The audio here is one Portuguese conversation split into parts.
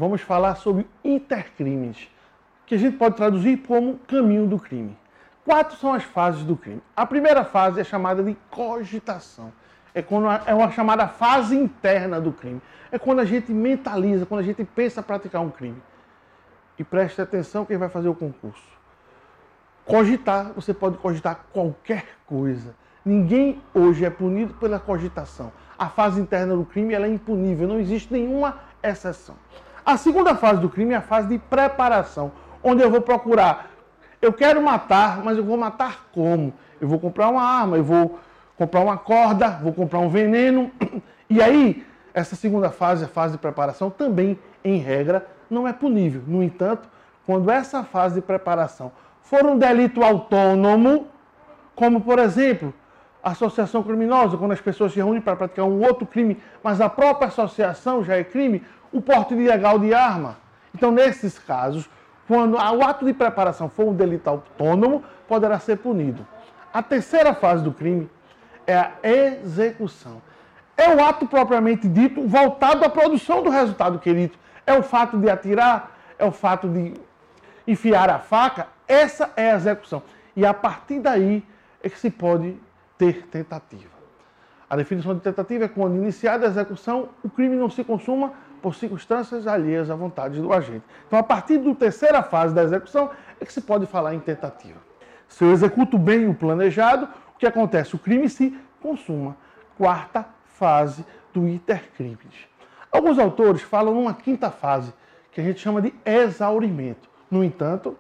vamos falar sobre intercrimes, que a gente pode traduzir como caminho do crime. 4 são as fases do crime. A primeira fase é chamada de cogitação. É uma chamada fase interna do crime. É quando a gente mentaliza, quando a gente pensa praticar um crime. E preste atenção quem vai fazer o concurso. Cogitar, você pode cogitar qualquer coisa. Ninguém hoje é punido pela cogitação. A fase interna do crime ela é impunível, não existe nenhuma exceção. A segunda fase do crime é a fase de preparação, onde eu vou procurar. Eu quero matar, mas eu vou matar como? Eu vou comprar uma arma, eu vou comprar uma corda, vou comprar um veneno. E aí, essa segunda fase, a fase de preparação, também, em regra, não é punível. No entanto, quando essa fase de preparação for um delito autônomo, como, por exemplo, associação criminosa, quando as pessoas se reúnem para praticar um outro crime, mas a própria associação já é crime, o porte ilegal de arma. Então, nesses casos, quando o ato de preparação for um delito autônomo, poderá ser punido. A terceira fase do crime é a execução. É o ato propriamente dito voltado à produção do resultado querido. É o fato de atirar, é o fato de enfiar a faca. Essa é a execução. E a partir daí é que se pode ter tentativa. A definição de tentativa é quando, iniciada a execução, o crime não se consuma por circunstâncias alheias à vontade do agente. Então, a partir da terceira fase da execução, é que se pode falar em tentativa. Se eu executo bem o planejado, o que acontece? O crime se consuma. Quarta fase do intercrimes. Alguns autores falam numa quinta fase, que a gente chama de exaurimento. No entanto,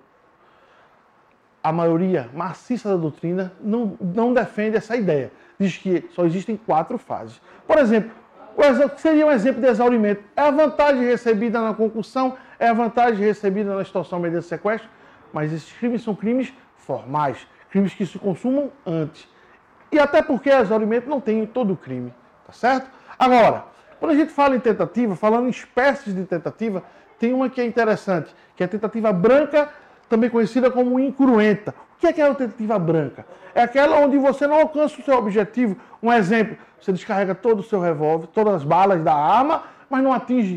a maioria maciça da doutrina não defende essa ideia. Diz que só existem 4 fases. Por exemplo, o que seria um exemplo de exaurimento? É a vantagem recebida na concussão, é a vantagem recebida na extorsão mediante sequestro, mas esses crimes são crimes formais, crimes que se consumam antes. E até porque exaurimento não tem em todo o crime, tá certo? Agora, quando a gente fala em tentativa, falando em espécies de tentativa, tem uma que é interessante, que é a tentativa branca, também conhecida como incruenta. O que é a tentativa branca? É aquela onde você não alcança o seu objetivo. Um exemplo, você descarrega todo o seu revólver, todas as balas da arma, mas não atinge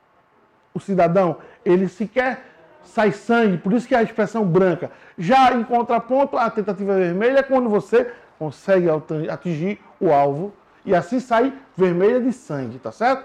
o cidadão. Ele sequer sai sangue, por isso que é a expressão branca. Já em contraponto, a tentativa vermelha é quando você consegue atingir o alvo e assim sai vermelha de sangue, tá certo?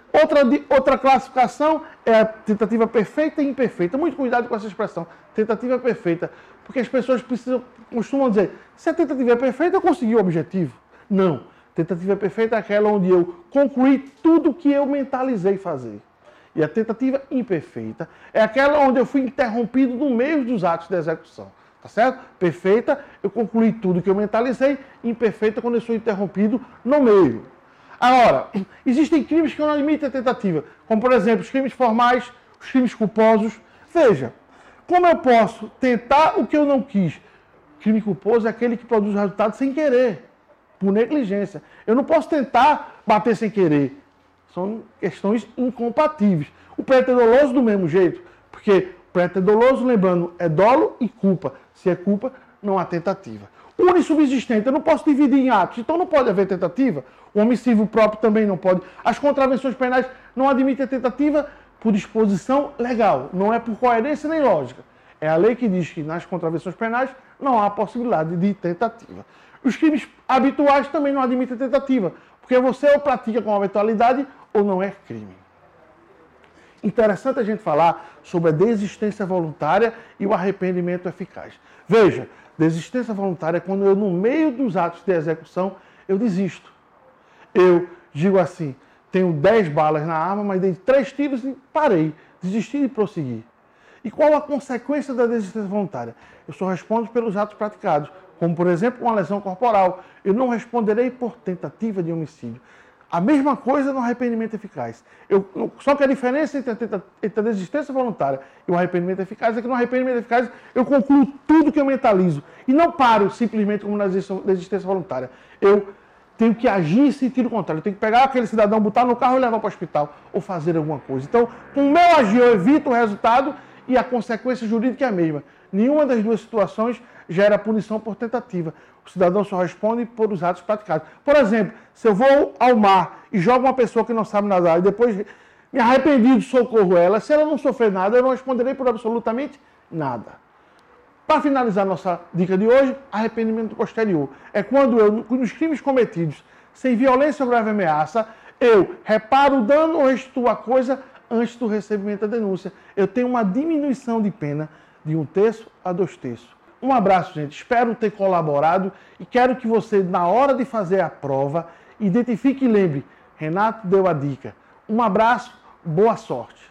Outra classificação é a tentativa perfeita e imperfeita. Muito cuidado com essa expressão, tentativa perfeita, porque as pessoas costumam dizer, se a tentativa é perfeita, eu consegui o objetivo. Não, tentativa perfeita é aquela onde eu concluí tudo o que eu mentalizei fazer. E a tentativa imperfeita é aquela onde eu fui interrompido no meio dos atos de execução. Tá certo? Perfeita, eu concluí tudo que eu mentalizei. Imperfeita, quando eu sou interrompido no meio. Agora, existem crimes que não admitem a tentativa, como, por exemplo, os crimes formais, os crimes culposos. Veja, como eu posso tentar o que eu não quis? Crime culposo é aquele que produz o resultado sem querer, por negligência. Eu não posso tentar bater sem querer. São questões incompatíveis. O preto é doloso do mesmo jeito, porque preto é doloso, lembrando, é dolo e culpa. Se é culpa, não há tentativa. Unissubsistente, eu não posso dividir em atos, então não pode haver tentativa. O homicídio próprio também não pode. As contravenções penais não admitem a tentativa por disposição legal, não é por coerência nem lógica. É a lei que diz que nas contravenções penais não há possibilidade de tentativa. Os crimes habituais também não admitem tentativa, porque você ou pratica com habitualidade ou não é crime. Interessante a gente falar sobre a desistência voluntária e o arrependimento eficaz. Veja, desistência voluntária é quando eu, no meio dos atos de execução, eu desisto. Eu digo assim, tenho 10 balas na arma, mas dei 3 tiros e parei, desisti de prosseguir. E qual a consequência da desistência voluntária? Eu só respondo pelos atos praticados, como, por exemplo, uma lesão corporal. Eu não responderei por tentativa de homicídio. A mesma coisa no arrependimento eficaz. Só que a diferença entre a desistência voluntária e o arrependimento eficaz é que no arrependimento eficaz eu concluo tudo que eu mentalizo. E não paro simplesmente como na desistência voluntária. Eu tenho que agir em sentido contrário. Eu tenho que pegar aquele cidadão, botar no carro e levar para o hospital. Ou fazer alguma coisa. Então, com o meu agir eu evito o resultado e a consequência jurídica é a mesma. Nenhuma das duas situações gera punição por tentativa. O cidadão só responde por os atos praticados. Por exemplo, se eu vou ao mar e jogo uma pessoa que não sabe nadar e depois Me arrependi, socorro ela. Se ela não sofrer nada, eu não responderei por absolutamente nada. Para finalizar nossa dica de hoje, arrependimento posterior. É quando eu, nos crimes cometidos sem violência ou grave ameaça, eu reparo o dano ou restituo a coisa antes do recebimento da denúncia. Eu tenho uma diminuição de pena de 1/3 a 2/3. Um abraço, gente. Espero ter colaborado e quero que você, na hora de fazer a prova, identifique e lembre. Renato deu a dica. Um abraço, boa sorte.